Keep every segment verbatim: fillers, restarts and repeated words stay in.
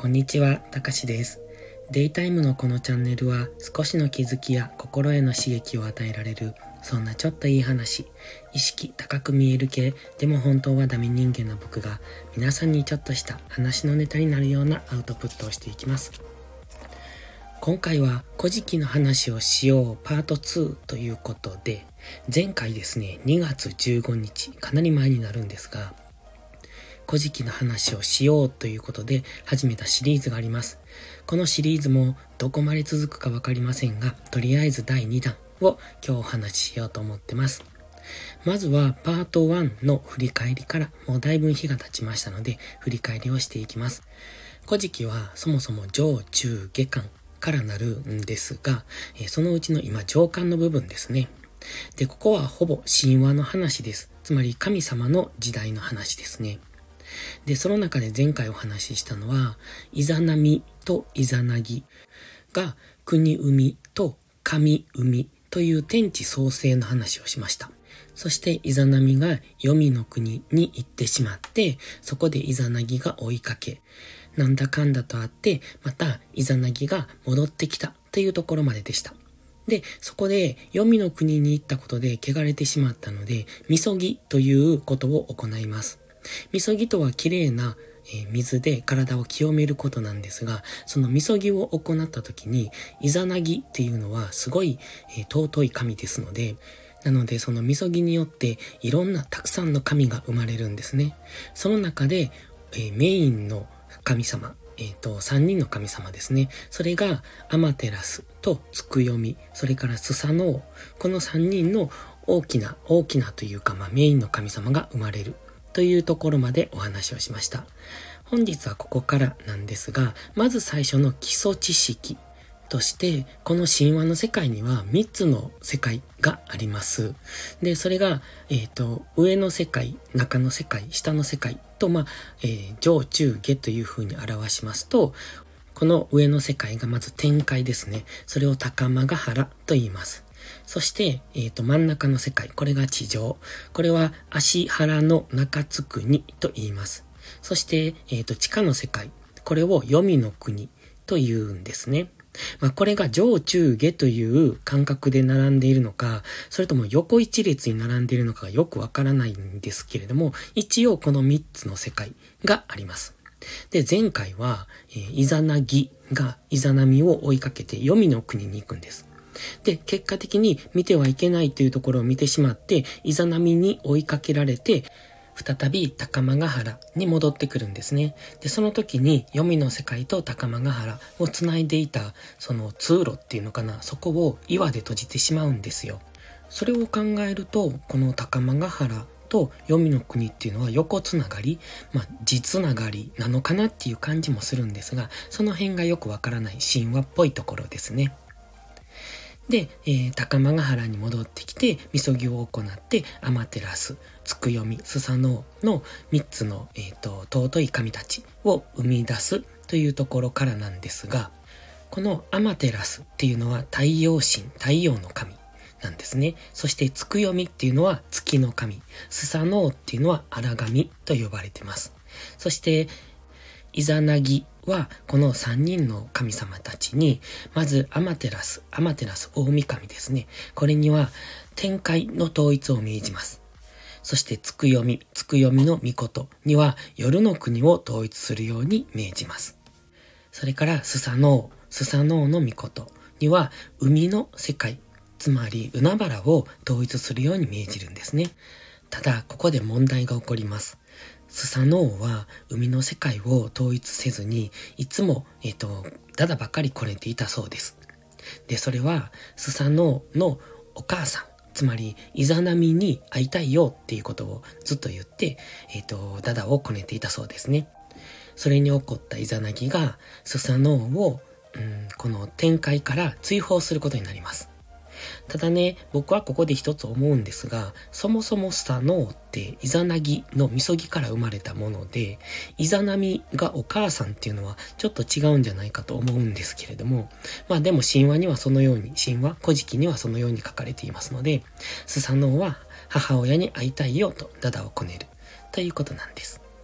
こんにちは、たかしです。デイタイムのこのチャンネルは少しの気づきや心への刺激を与えられる、そんなちょっといい話、意識高く見える系、でも本当はダメ人間の僕が皆さんにちょっとした話のネタになるようなアウトプットをしていきます。今回は古事記の話をしようパートツーということで、前回ですね、にがつじゅうごにち、かなり前になるんですが、古事記の話をしようということで始めたシリーズがあります。このシリーズもどこまで続くかわかりませんが、とりあえずだいにだんを今日お話ししようと思ってます。まずはパートワンの振り返りから、もうだいぶ日が経ちましたので振り返りをしていきます。古事記はそもそも上中下巻からなるんですが、そのうちの今上巻の部分ですね。で、ここはほぼ神話の話です。つまり神様の時代の話ですね。で、その中で前回お話ししたのは、イザナミとイザナギが国生みと神生みという天地創生の話をしました。そしてイザナミが黄泉の国に行ってしまって、そこでイザナギが追いかけ、なんだかんだとあって、またイザナギが戻ってきたというところまででした。で、そこで黄泉の国に行ったことで汚れてしまったので、みそぎということを行います。みそぎとは綺麗な水で体を清めることなんですが、そのみそぎを行った時に、イザナギっていうのはすごい尊い神ですので、なのでそのみそぎによっていろんなたくさんの神が生まれるんですね。その中でメインの神様、えっと、さんにんの神様ですね。それがアマテラスとツクヨミ、それからスサノオ、このさんにんの大きな大きなというか、まあ、メインの神様が生まれるというところまでお話をしました。本日はここからなんですが、まず最初の基礎知識として、この神話の世界にはみっつの世界があります。で、それが、えっと、上の世界、中の世界、下の世界と、まあ、えー、上中下という風に表しますと、この上の世界がまず天界ですね。それを高間ヶ原と言います。そして、えっと、真ん中の世界、これが地上。これは足原の中津国と言います。そして、えっと、地下の世界、これを黄泉の国と言うんですね。まあ、これが上中下という感覚で並んでいるのか、それとも横一列に並んでいるのかがよくわからないんですけれども、一応このみっつの世界があります。で、前回は、えー、イザナギがイザナミを追いかけて黄泉の国に行くんです。で、結果的に見てはいけないというところを見てしまって、イザナミに追いかけられて、再び高間ヶ原に戻ってくるんですね。で、その時に黄泉の世界と高間ヶ原をつないでいたその通路っていうのかな、そこを岩で閉じてしまうんですよ。それを考えると、この高間ヶ原と黄泉の国っていうのは横つながり、まあ地つながりなのかなっていう感じもするんですが、その辺がよくわからない神話っぽいところですね。で、えー、高間ヶ原に戻ってきて、みそぎを行って、アマテラス、ツクヨミ、スサノオのみっつの、えーと、尊い神たちを生み出すというところからなんですが、このアマテラスっていうのは太陽神、太陽の神なんですね。そしてツクヨミっていうのは月の神、スサノオっていうのは荒神と呼ばれています。そして、イザナギはこのさんにんの神様たちに、まずアマテラス、アマテラス大神ですね。これには天界の統一を命じます。そしてツクヨミ、ツクヨミの御事には夜の国を統一するように命じます。それからスサノオ、スサノオの御事には海の世界、つまり海原を統一するように命じるんですね。ただ、ここで問題が起こります。スサノオは海の世界を統一せずに、いつも、えっと、だだばかりこねていたそうです。で、それは、スサノオのお母さん、つまり、イザナミに会いたいよっていうことをずっと言って、えっと、だだをこねていたそうですね。それに怒ったイザナギが、スサノオを、うん、この天界から追放することになります。ただね、僕はここで一つ思うんですが、そもそもスサノオってイザナギのみそぎから生まれたもので、イザナミがお母さんっていうのはちょっと違うんじゃないかと思うんですけれども、まあでも神話にはそのように、神話、古事記にはそのように書かれていますので、スサノオは母親に会いたいよとダダをこねるということなんです。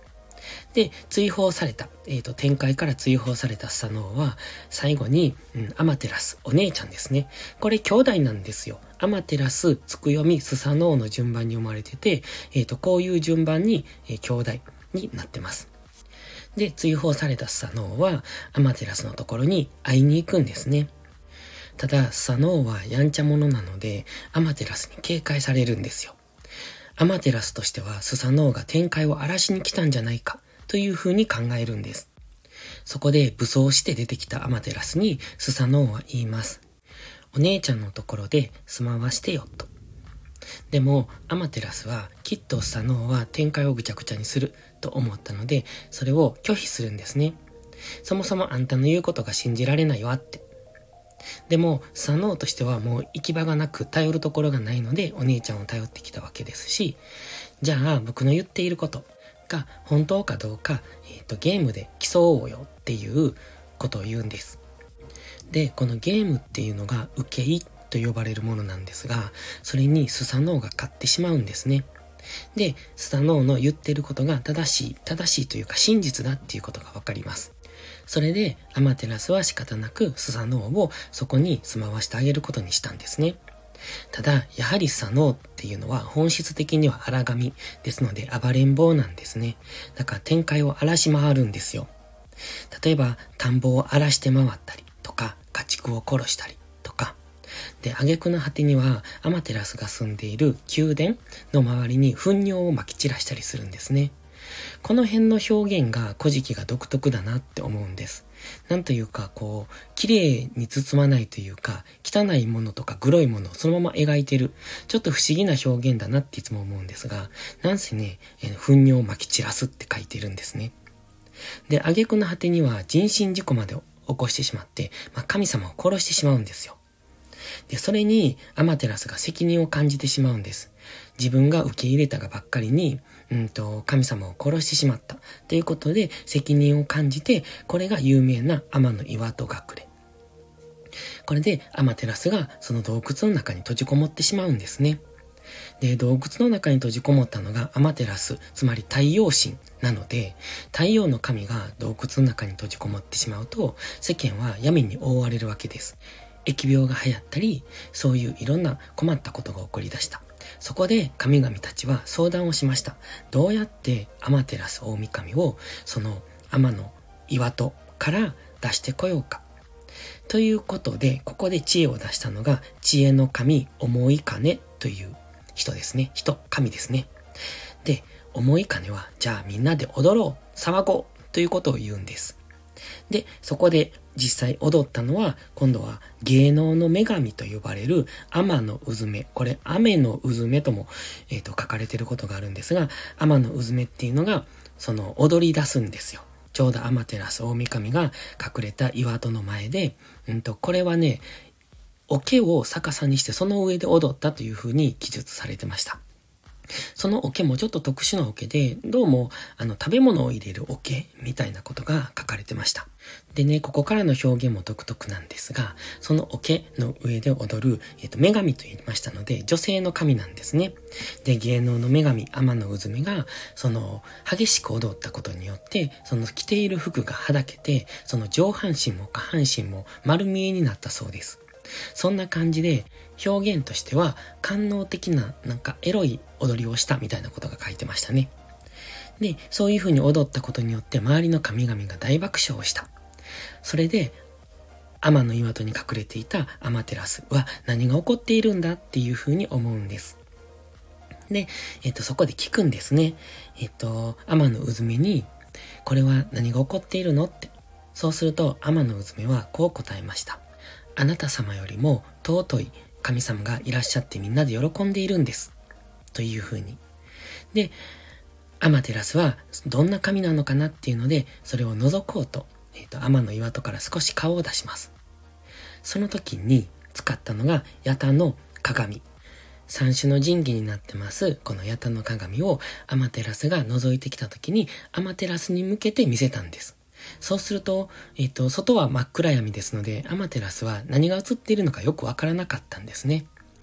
で、追放された、えっと、天界から追放されたスサノオは、最後に、うん、アマテラス、お姉ちゃんですね。これ兄弟なんですよ。アマテラス、ツクヨミ、スサノオの順番に生まれてて、えっと、こういう順番に、えー、兄弟になってます。で、追放されたスサノオは、アマテラスのところに会いに行くんですね。ただ、スサノオはやんちゃ者なので、アマテラスに警戒されるんですよ。アマテラスとしては、スサノオが天界を荒らしに来たんじゃないか、という風に考えるんです。そこで武装して出てきたアマテラスにスサノオは言います。お姉ちゃんのところで住まわしてよ、と。でも、アマテラスはきっとスサノオは天界をぐちゃぐちゃにすると思ったので、それを拒否するんですね。そもそもあんたの言うことが信じられないわって。でも、スサノオとしてはもう行き場がなく頼るところがないのでお姉ちゃんを頼ってきたわけですし、じゃあ僕の言っていることが本当かどうか、えーと、ゲームで競おうよっていうことを言うんです。で、このゲームっていうのが受け入と呼ばれるものなんですが、それにスサノオが勝ってしまうんですね。で、スサノオの言ってることが正しい、正しいというか真実だっていうことがわかります。それでアマテラスは仕方なくスサノオをそこに住まわしてあげることにしたんですね。ただ、やはりスサノオっていうのは本質的には荒神ですので暴れん坊なんですね。だから天界を荒らし回るんですよ。例えば、田んぼを荒らして回ったりとか、家畜を殺したりとか。で、挙句の果てにはアマテラスが住んでいる宮殿の周りに糞尿を撒き散らしたりするんですね。この辺の表現が古事記が独特だなって思うんです。なんというか、こう、綺麗に包まないというか、汚いものとかグロいものをそのまま描いてる、ちょっと不思議な表現だなっていつも思うんですが、なんせね、えー、糞尿を撒き散らすって書いてるんですね。で、挙句の果てには人身事故まで起こしてしまって、まあ、神様を殺してしまうんですよ。で、それにアマテラスが責任を感じてしまうんです。自分が受け入れたがばっかりに、うんと、神様を殺してしまったということで責任を感じて、これが有名な天の岩戸隠れ。これでアマテラスがその洞窟の中に閉じこもってしまうんですね。で、洞窟の中に閉じこもったのがアマテラス、つまり太陽神なので、太陽の神が洞窟の中に閉じこもってしまうと、世間は闇に覆われるわけです。疫病が流行ったり、そういういろんな困ったことが起こり出した。そこで神々たちは相談をしました。どうやってアマテラス大神をその天の岩戸から出してこようか。ということで、ここで知恵を出したのが知恵の神思い金という人ですね。人、神ですね。で、思い金はじゃあみんなで踊ろう、騒ごうということを言うんです。で、そこで実際踊ったのは、今度は芸能の女神と呼ばれる天のうずめ。これ、雨のうずめとも、えっと、書かれていることがあるんですが、天のうずめっていうのが、その、踊り出すんですよ。ちょうどアマテラス大神が隠れた岩戸の前で、うんと、これはね、桶を逆さにしてその上で踊ったというふうに記述されてました。その桶もちょっと特殊な桶で、どうも、あの、食べ物を入れる桶みたいなことが書かれてました。でね、ここからの表現も独特なんですが、その桶の上で踊る、えっと、女神と言いましたので、女性の神なんですね。で、芸能の女神、天のうずめが、その、激しく踊ったことによって、その着ている服がはだけて、その上半身も下半身も丸見えになったそうです。そんな感じで、表現としては官能的ななんかエロい踊りをしたみたいなことが書いてましたね。で、そういう風に踊ったことによって周りの神々が大爆笑をした。それで天の岩戸に隠れていたアマテラスは何が起こっているんだっていう風に思うんです。で、えっとそこで聞くんですね。えっと天のうずめにこれは何が起こっているのって。そうすると天のうずめはこう答えました。あなた様よりも尊い神様がいらっしゃってみんなで喜んでいるんです。というふうに。で、アマテラスはどんな神なのかなっていうので、それを覗こうと、えっと、天の岩戸から少し顔を出します。その時に使ったのが、ヤタの鏡。三種の神器になってます、このヤタの鏡をアマテラスが覗いてきた時に、アマテラスに向けて見せたんです。そうすると、えっと、外は真っ暗闇ですので、アマテラスは何が映っているのかよくわからなかったんですね。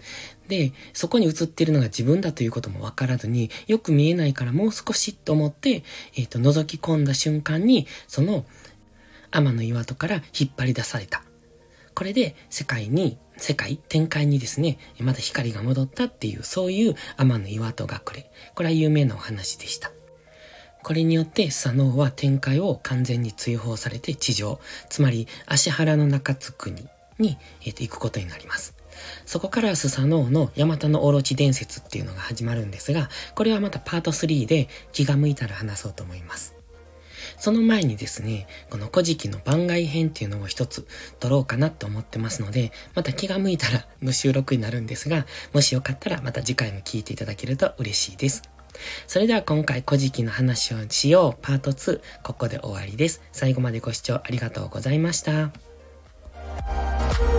で、そこに映っているのが自分だということもわからずに、よく見えないからもう少しと思って、えっと、覗き込んだ瞬間に、その天の岩戸から引っ張り出された。これで世界に、世界、展開にですね、また光が戻ったっていう、そういう天の岩戸隠れ。これは有名なお話でした。これによってスサノオは天界を完全に追放されて地上、つまり芦原の中津国に、えー、と行くことになります。そこからスサノオのヤマタノオロチ伝説っていうのが始まるんですが、これはまたパートスリーで気が向いたら話そうと思います。その前にですね、この古事記の番外編っていうのを一つ撮ろうかなと思ってますので、また気が向いたらの収録になるんですが、もしよかったらまた次回も聞いていただけると嬉しいです。それでは今回古事記の話をしようパートツー、ここで終わりです。最後までご視聴ありがとうございました。